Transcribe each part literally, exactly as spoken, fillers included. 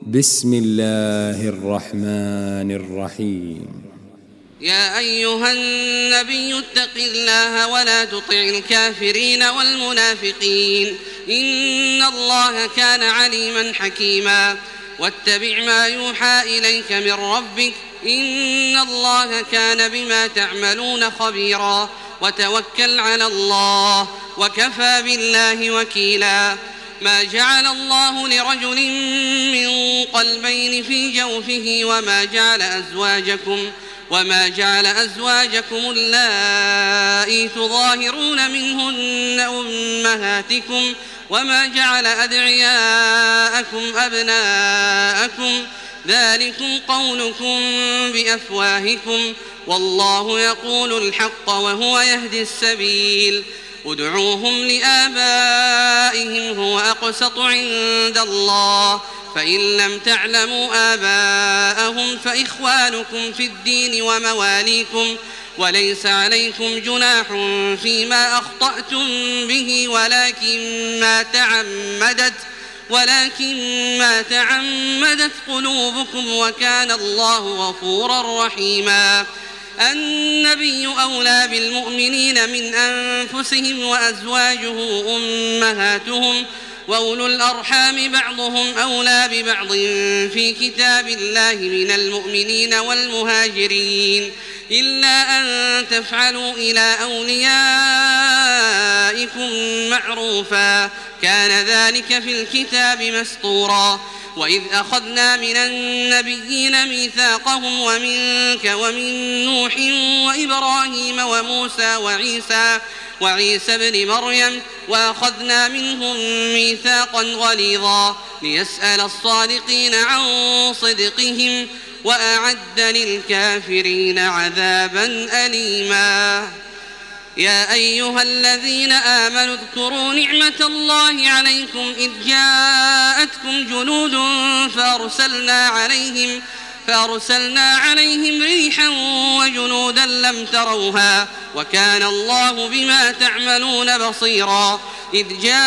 بسم الله الرحمن الرحيم. يا أيها النبي اتق الله ولا تطع الكافرين والمنافقين إن الله كان عليما حكيما واتبع ما يوحى إليك من ربك إن الله كان بما تعملون خبيرا وتوكل على الله وكفى بالله وكيلا. ما جعل الله لرجل من قلبين في جوفه وما جعل أزواجكم وما جعل أزواجكم اللائي تظاهرون منهن أمهاتكم وما جعل أدعياءكم أبناءكم ذلكم قولكم بأفواهكم والله يقول الحق وهو يهدي السبيل. ادعوهم لآبائهم هو أقسط عند الله فإن لم تعلموا آباءهم فإخوانكم في الدين ومواليكم وليس عليكم جناح فيما أخطأتم به ولكن ما تعمدت ولكن ما تعمدت قلوبكم وكان الله غفورا رحيما. النبي أولى بالمؤمنين من أنفسهم وأزواجه أمهاتهم وأولو الأرحام بعضهم أولى ببعض في كتاب الله من المؤمنين والمهاجرين إلا أن تفعلوا إلى أوليائكم معروفا كان ذلك في الكتاب مسطورا. وإذ أخذنا من النبيين ميثاقهم ومنك ومن نوح وإبراهيم وموسى وعيسى وعيسى بن مريم وأخذنا منهم ميثاقا غليظا ليسأل الصادقين عن صدقهم وأعد للكافرين عذابا أليما. يا أيها الذين آمنوا اذكروا نعمة الله عليكم إذ جاءتكم جنود فأرسلنا عليهم فأرسلنا عليهم ريحا وجنودا لم تروها وكان الله بما تعملون بصيرا. إذ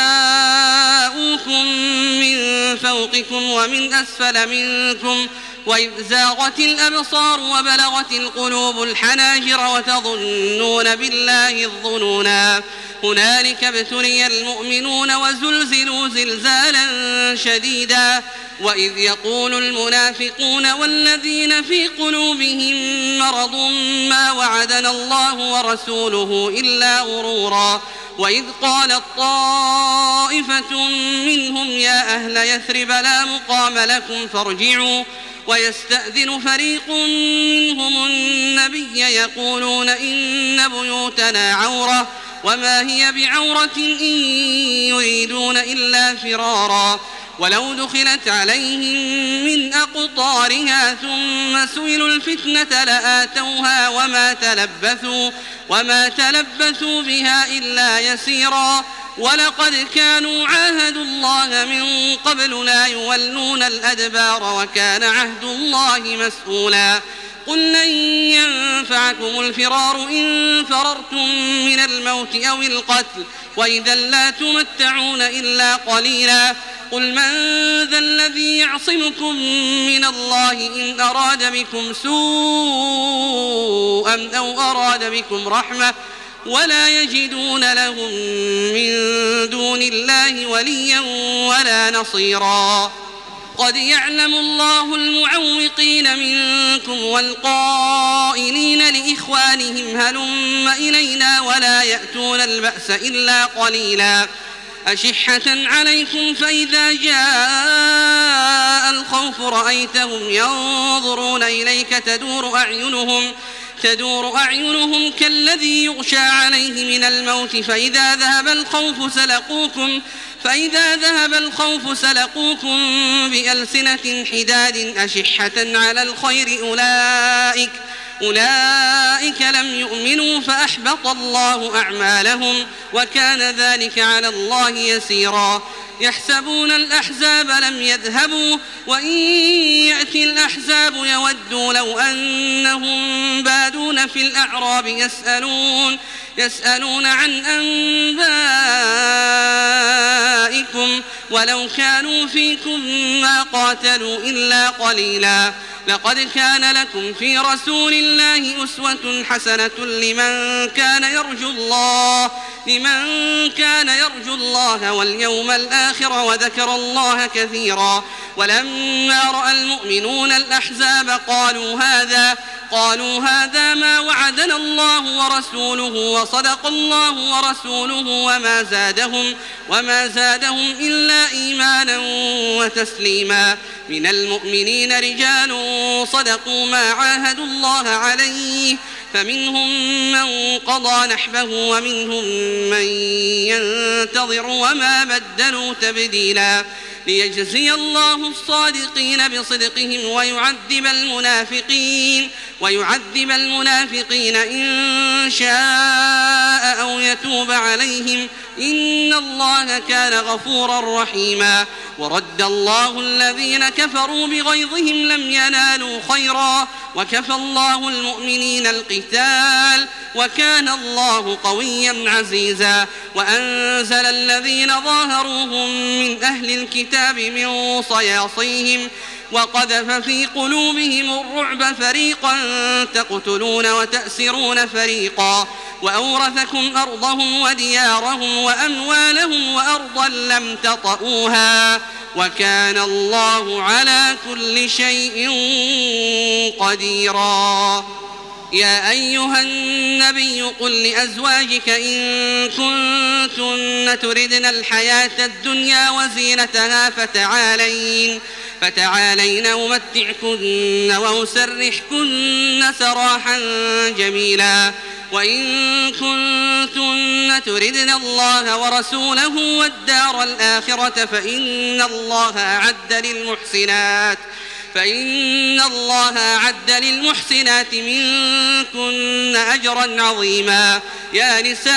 جاءوكم من فوقكم ومن أسفل منكم وإذ زاغت الأبصار وبلغت القلوب الحناجر وتظنون بالله الظنونا هنالك ابتلي المؤمنون وزلزلوا زلزالا شديدا. وإذ يقول المنافقون والذين في قلوبهم مرض ما وعدنا الله ورسوله إلا غرورا. وإذ قالت طائفة منهم يا أهل يثرب لا مقام لكم فارجعوا ويستأذن فريق منهم النبي يقولون إن بيوتنا عورة وما هي بعورة إن يريدون إلا فرارا. ولو دخلت عليهم من أقطارها ثم سئلوا الفتنة لآتوها وما تلبثوا وما تلبثوا بها إلا يسيرا. ولقد كانوا عاهدوا الله من قبل لا يولون الأدبار وكان عهد الله مسؤولا. قل لن ينفعكم الفرار إن فررتم من الموت أو القتل وإذا لا تمتعون إلا قليلا. قل من ذا الذي يعصمكم من الله إن أراد بكم سوءا أو أراد بكم رحمة ولا يجدون لهم من دون الله وليا ولا نصيرا. قد يعلم الله المعوقين منكم والقائلين لإخوانهم هلم إلينا ولا يأتون البأس إلا قليلا. أشحة عليكم فإذا جاء الخوف رأيتهم ينظرون إليك تدور أعينهم تدور أعينهم كالذي يغشى عليه من الموت فإذا ذهب الخوف سلقوكم فإذا ذهب الخوف سلقوكم بألسنة حداد أشحة على الخير أولئك أولئك لم يؤمنوا فأحبط الله أعمالهم وكان ذلك على الله يسيرا. يحسبون الأحزاب لم يذهبوا وإن يأتي الأحزاب يودوا لو أنهم بادون في الأعراب يسألون يسألون عن أنبائكم ولو كانوا فيكم ما قاتلوا إلا قليلا لقد كان لكم في رسول الله أسوة حسنة لمن كان يرجو الله لمن كان يرجو الله واليوم الآخر وذكر الله كثيرا ولما رأى المؤمنون الأحزاب قالوا هذا قالوا هذا ما وعدنا الله ورسوله وصدق الله ورسوله وما زادهم وما زادهم إلا إيمانا وتسليما من المؤمنين رجال صدقوا ما عاهدوا الله عليه فمنهم من قضى نحبه ومنهم من ينتظر وما بدلوا تبديلا ليجزي الله الصادقين بصدقهم ويعذب المنافقين ويعذب المنافقين إن شاء أو يتوب عليهم إن الله كان غفورا رحيما ورد الله الذين كفروا بغيظهم لم ينالوا خيرا وكفى الله المؤمنين القتال وكان الله قويا عزيزا وأنزل الذين ظاهروهم من أهل الكتاب من صياصيهم وقذف في قلوبهم الرعب فريقا تقتلون وتأسرون فريقا وأورثكم أرضهم وديارهم وأموالهم وأرضا لم تطئوها وكان الله على كل شيء قديرا يا أيها النبي قل لأزواجك إن كنتن تردن الحياة الدنيا وزينتها فتعالين فتعالين أمتعكن وأسرحكن سراحا جميلا وإن كنتن تردن الله ورسوله والدار الآخرة فإن الله أعد للمحسنات فإن الله أعد للمحسنات منكن أجرا عظيما يا نساء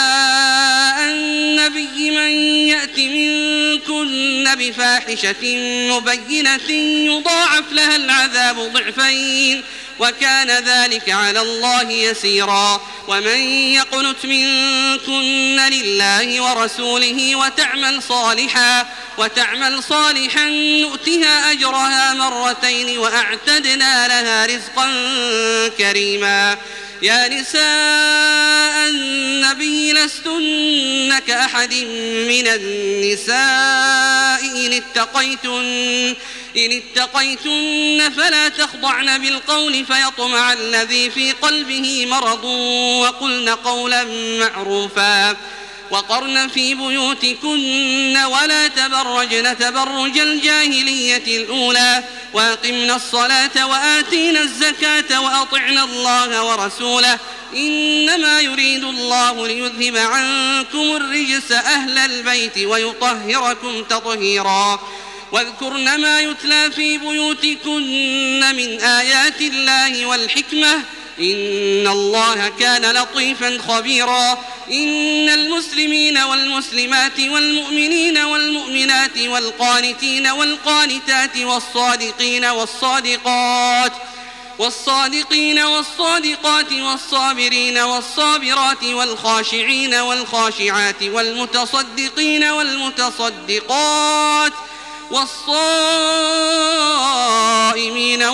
النبي من يأت منكن بفاحشة مبينة يضاعف لها العذاب ضعفين وكان ذلك على الله يسيرا ومن يقنت منكن لله ورسوله وتعمل صالحا وتعمل صالحا نؤتها أجرها مرتين وأعتدنا لها رزقا كريما يا نساء النبي لستن كأحد من النساء إن اتقيتن إن اتقيتن فلا تخضعن بالقول فيطمع الذي في قلبه مرض وقلن قولا معروفا وقرن في بيوتكن ولا تبرجن تبرج الجاهلية الأولى وأقمنا الصلاة وآتينا الزكاة وأطعنا الله ورسوله إنما يريد الله ليذهب عنكم الرجس أهل البيت ويطهركم تطهيرا واذكرن ما يتلى في بيوتكن من آيات الله والحكمة إن الله كان لطيفا خبيرا إن المسلمين والمسلمات والمؤمنين والمؤمنات والقانتين والقانتات والصادقين والصادقات والصادقين والصادقات والصابرين والصابرات والخاشعين والخاشعات والمتصدقين والمتصدقات والصائمين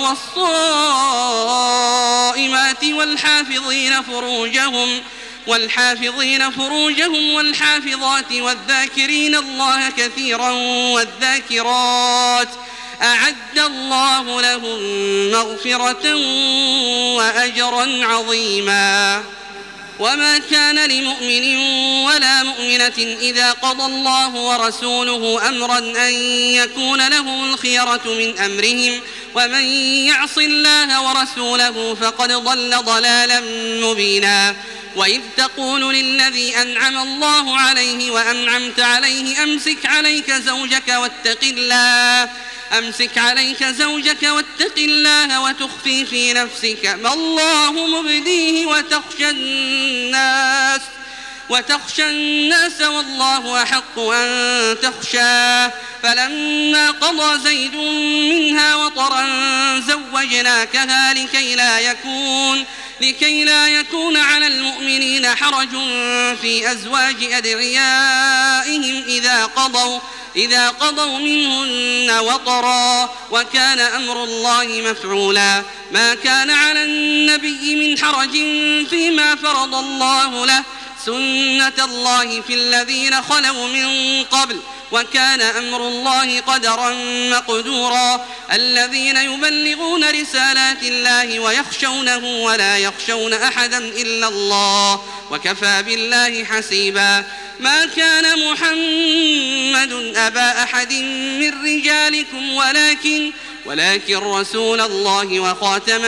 والصائمات والحافظين فروجهم والحافظين فروجهم والحافظات والذاكرين الله كثيرا والذاكرات أعد الله لهم مغفرة وأجرا عظيما وما كان لمؤمن ولا مؤمنة إذا قضى الله ورسوله أمرا أن يكون لهم الخيرة من أمرهم ومن يعص الله ورسوله فقد ضل ضلالا مبينا وإذ تقول للذي أنعم الله عليه وأنعمت عليه أمسك عليك زوجك واتق الله أمسك عليك زوجك واتق الله وتخفي في نفسك ما الله مبديه وتخشى الناس وتخشى الناس والله أحق أن تخشاه فلما قضى زيد منها وطرا زوجناكها لكي لا يكون لكي لا يكون على المؤمنين حرج في أزواج أدعيائهم إذا قضوا إذا قضوا منهن وطرا وكان أمر الله مفعولا ما كان على النبي من حرج فيما فرض الله له سنة الله في الذين خلوا من قبل وكان أمر الله قدرا مقدورا الذين يبلغون رسالات الله ويخشونه ولا يخشون أحدا إلا الله وكفى بالله حسيبا ما كان محمد أبا أحد من رجالكم ولكن ولكن رسول الله وخاتم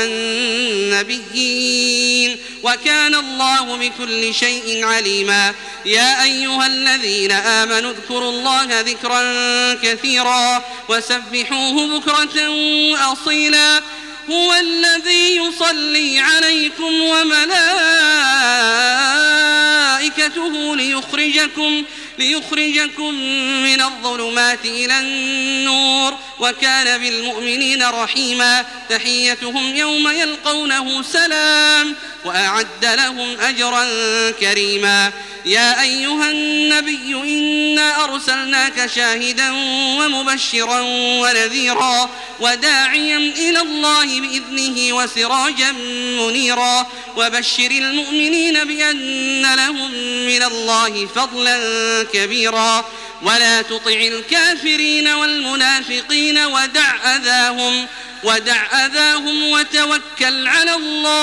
النبيين وكان الله بكل شيء عليما يا أيها الذين آمنوا اذكروا الله ذكرا كثيرا وسبحوه بكرة وأصيلا هو الذي يصلي عليكم وملائكته ليخرجكم ليخرجكم من الظلمات إلى النور وكان بالمؤمنين رحيما تحيتهم يوم يلقونه سلام وأعد لهم أجرا كريما يا أيها النبي إنا أرسلناك شاهدا ومبشرا ونذيرا وداعيا إلى الله بإذنه وسراجا منيرا وبشر المؤمنين بأن لهم من الله فضلا كبيرا ولا تطع الكافرين والمنافقين ودع أذاهم ودع أذاهم وتوكل على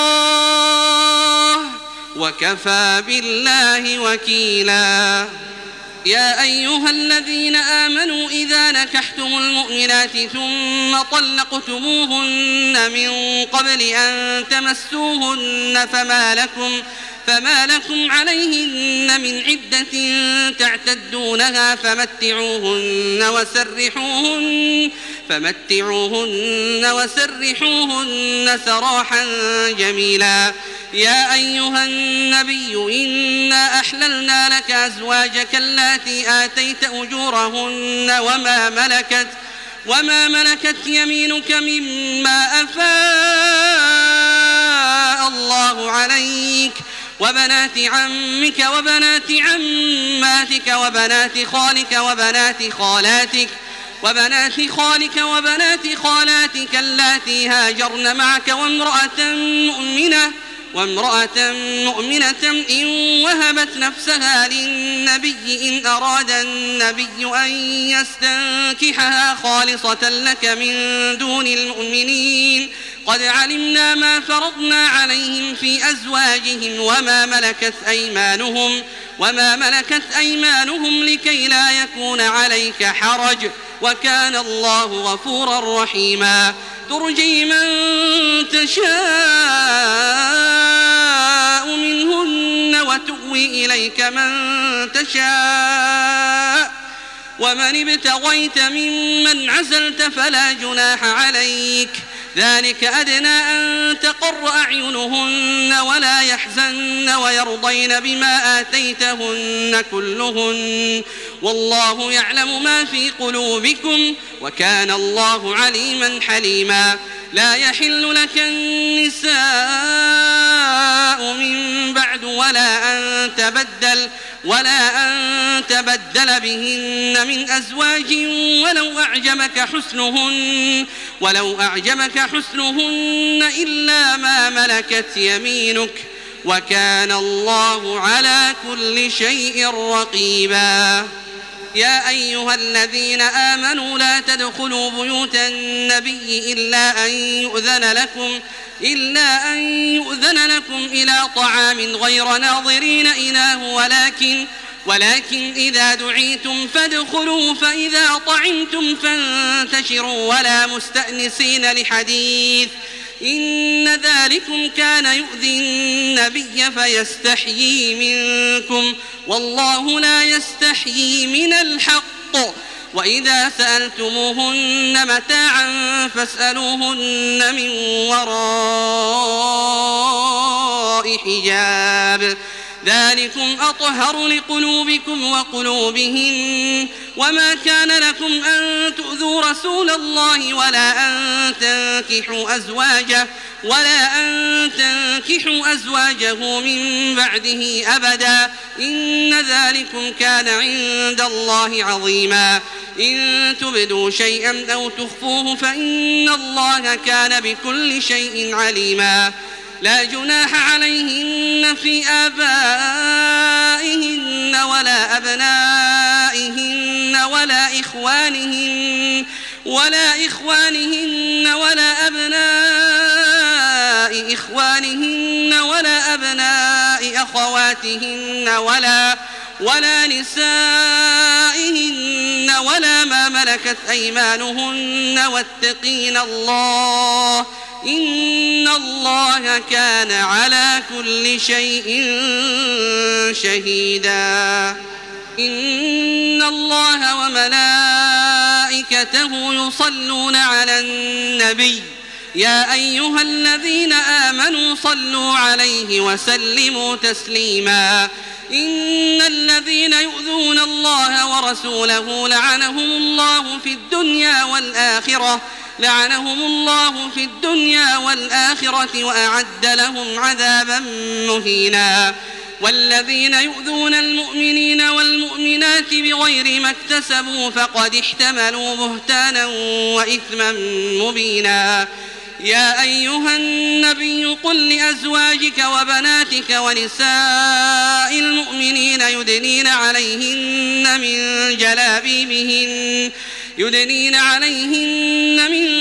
الله وكفى بالله وكيلا يا أيها الذين آمنوا إذا نكحتم المؤمنات ثم طلقتموهن من قبل أن تمسوهن فما لكم فما لكم عليهن من عدة تعتدونها فمتعوهن وسرحوهن فمتعوهن وسرحوهن سراحا جميلا يا أيها النبي إنا أحللنا لك أزواجك اللاتي آتيت أجورهن وما ملكت وما ملكت يمينك مما أفاء الله عليك وبنات عمك وبنات عماتك وبنات خالك وبنات خالاتك وبنات خالك وبنات خالاتك اللاتي هاجرن معك وامرأة مؤمنة وامرأة مؤمنة إن وهبت نفسها للنبي إن أراد النبي أن يستنكحها خالصة لك من دون المؤمنين قد علمنا ما فرضنا عليهم في أزواجهم وما ملكت أيمانهم وما ملكت أيمانهم لكي لا يكون عليك حرج وكان الله غفورا رحيما ترجي من تشاء منهن وتؤوي إليك من تشاء ومن ابتغيت ممن عزلت فلا جناح عليك ذلك أدنى أن تقر أعينهن ولا يحزن ويرضين بما آتيتهن كلهن والله يعلم ما في قلوبكم وكان الله عليما حليما لا يحل لك النساء من بعد ولا أن تبدل ولا أن تبدل بهن من أزواج ولو أعجبك حسنهن ولو أعجبك حسنهن إلا ما ملكت يمينك وكان الله على كل شيء رقيبا يا أيها الذين آمنوا لا تدخلوا بيوت النبي إلا أن يؤذن لكم إلا أن يؤذن لكم إلى طعام غير ناظرين إناه ولكن ولكن إذا دعيتم فادخلوا فإذا طعمتم فانتشروا ولا مستأنسين لحديث إن ذلكم كان يؤذي النبي فيستحيي منكم والله لا يستحيي من الحق وإذا سألتموهن متاعا فاسألوهن من وراء حجاب ذلكم أطهر لقلوبكم وقلوبهن وما كان لكم أن تؤذوا رسول الله ولا أن تنكحوا تنكحوا أزواجه ولا أن تنكحوا أزواجه من بعده أبدا إن ذلكم كان عند الله عظيما إن تبدوا شيئا أو تخفوه فإن الله كان بكل شيء عليما لا جناح عليهن في آبائهن ولا أبنائهن ولا إخوانهن ولا إخوانهن ولا أبناء إخوانهن ولا أبناء أخواتهن ولا ولا نسائهن ولا ما ملكت أيمانهن واتقين الله إن الله كان على كل شيء شهيدا إن الله وملائكته يصلون على النبي يا أيها الذين آمنوا صلوا عليه وسلموا تسليما إن الذين يؤذون الله ورسوله لعنهم الله في الدنيا والآخرة لعنهم الله في الدنيا والآخرة وأعد لهم عذابا مهينا والذين يؤذون المؤمنين والمؤمنات بغير ما اكتسبوا فقد احتملوا بهتانا وإثما مبينا يا أيها النبي قل لأزواجك وبناتك ونساء المؤمنين يدنين عليهن من جلابيبهن يدنين عليهن من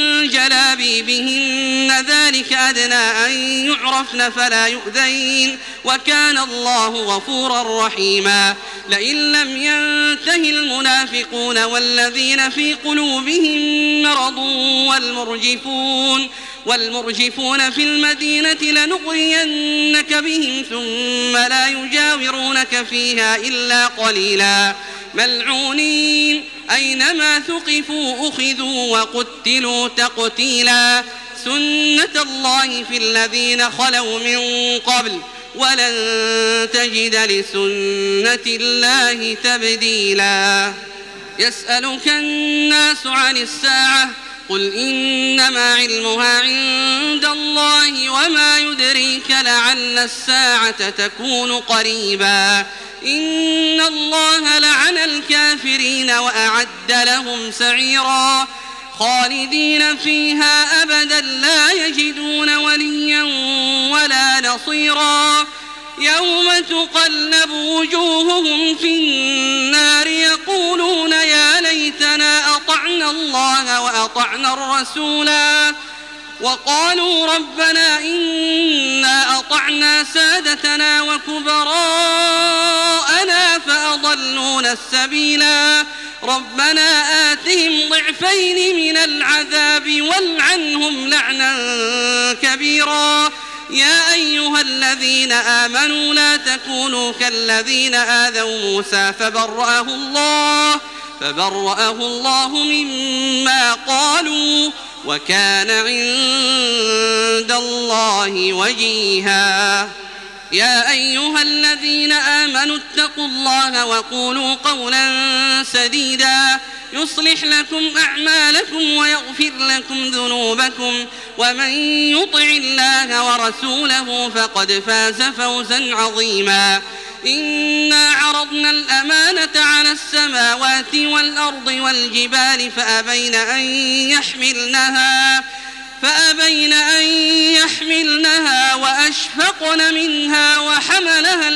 جلابيبهن ذلك أدنى أن يعرفن فلا يؤذين وكان الله غفورا رحيما لئن لم ينته المنافقون والذين في قلوبهم مرض والمرجفون والمرجفون في المدينة لنغرينك بهم ثم لا يجاورونك فيها إلا قليلا ملعونين أينما ثقفوا أخذوا وقتلوا تقتيلا سنة الله في الذين خلوا من قبل ولن تجد لسنة الله تبديلا يسألك الناس عن الساعة قل إنما علمها عند الله وما يدريك لعل الساعة تكون قريبا إن الله لعن الكافرين وأعد لهم سعيرا خالدين فيها أبدا لا يجدون وليا ولا نصيرا يوم تقلب وجوههم في النار يقولون يا ليتنا أطعنا الله وأطعنا الرسولا وقالوا ربنا إنا أطعنا سادتنا وكبراءنا فأضلونا السبيلا ربنا آتهم ضعفين من العذاب والعنهم لعنا كبيرا يا أيها الذين آمنوا لا تكونوا كالذين آذوا موسى فبرأه الله فبرأه الله مما قالوا وكان عند الله وجيها يا أيها الذين آمنوا اتقوا الله وقولوا قولا سديدا يصلح لكم أعمالكم ويغفر لكم ذنوبكم ومن يطع الله ورسوله فقد فاز فوزا عظيما إنا عرضنا الأمانة على السماوات والأرض والجبال فأبين أن يحملنها فأبين أن يحملنها وأشفقن منها وحملها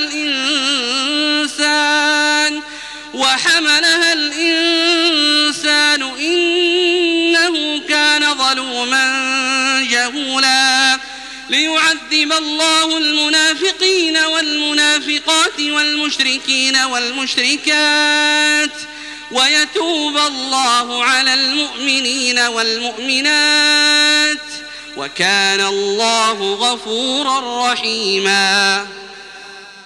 الإنسان وحملها الإنسان إنه كان ظلوما جهولا ليعذب الله المنافقين والمنافقات والمشركين والمشركات ويتوب الله على المؤمنين والمؤمنات وكان الله غفورا رحيما.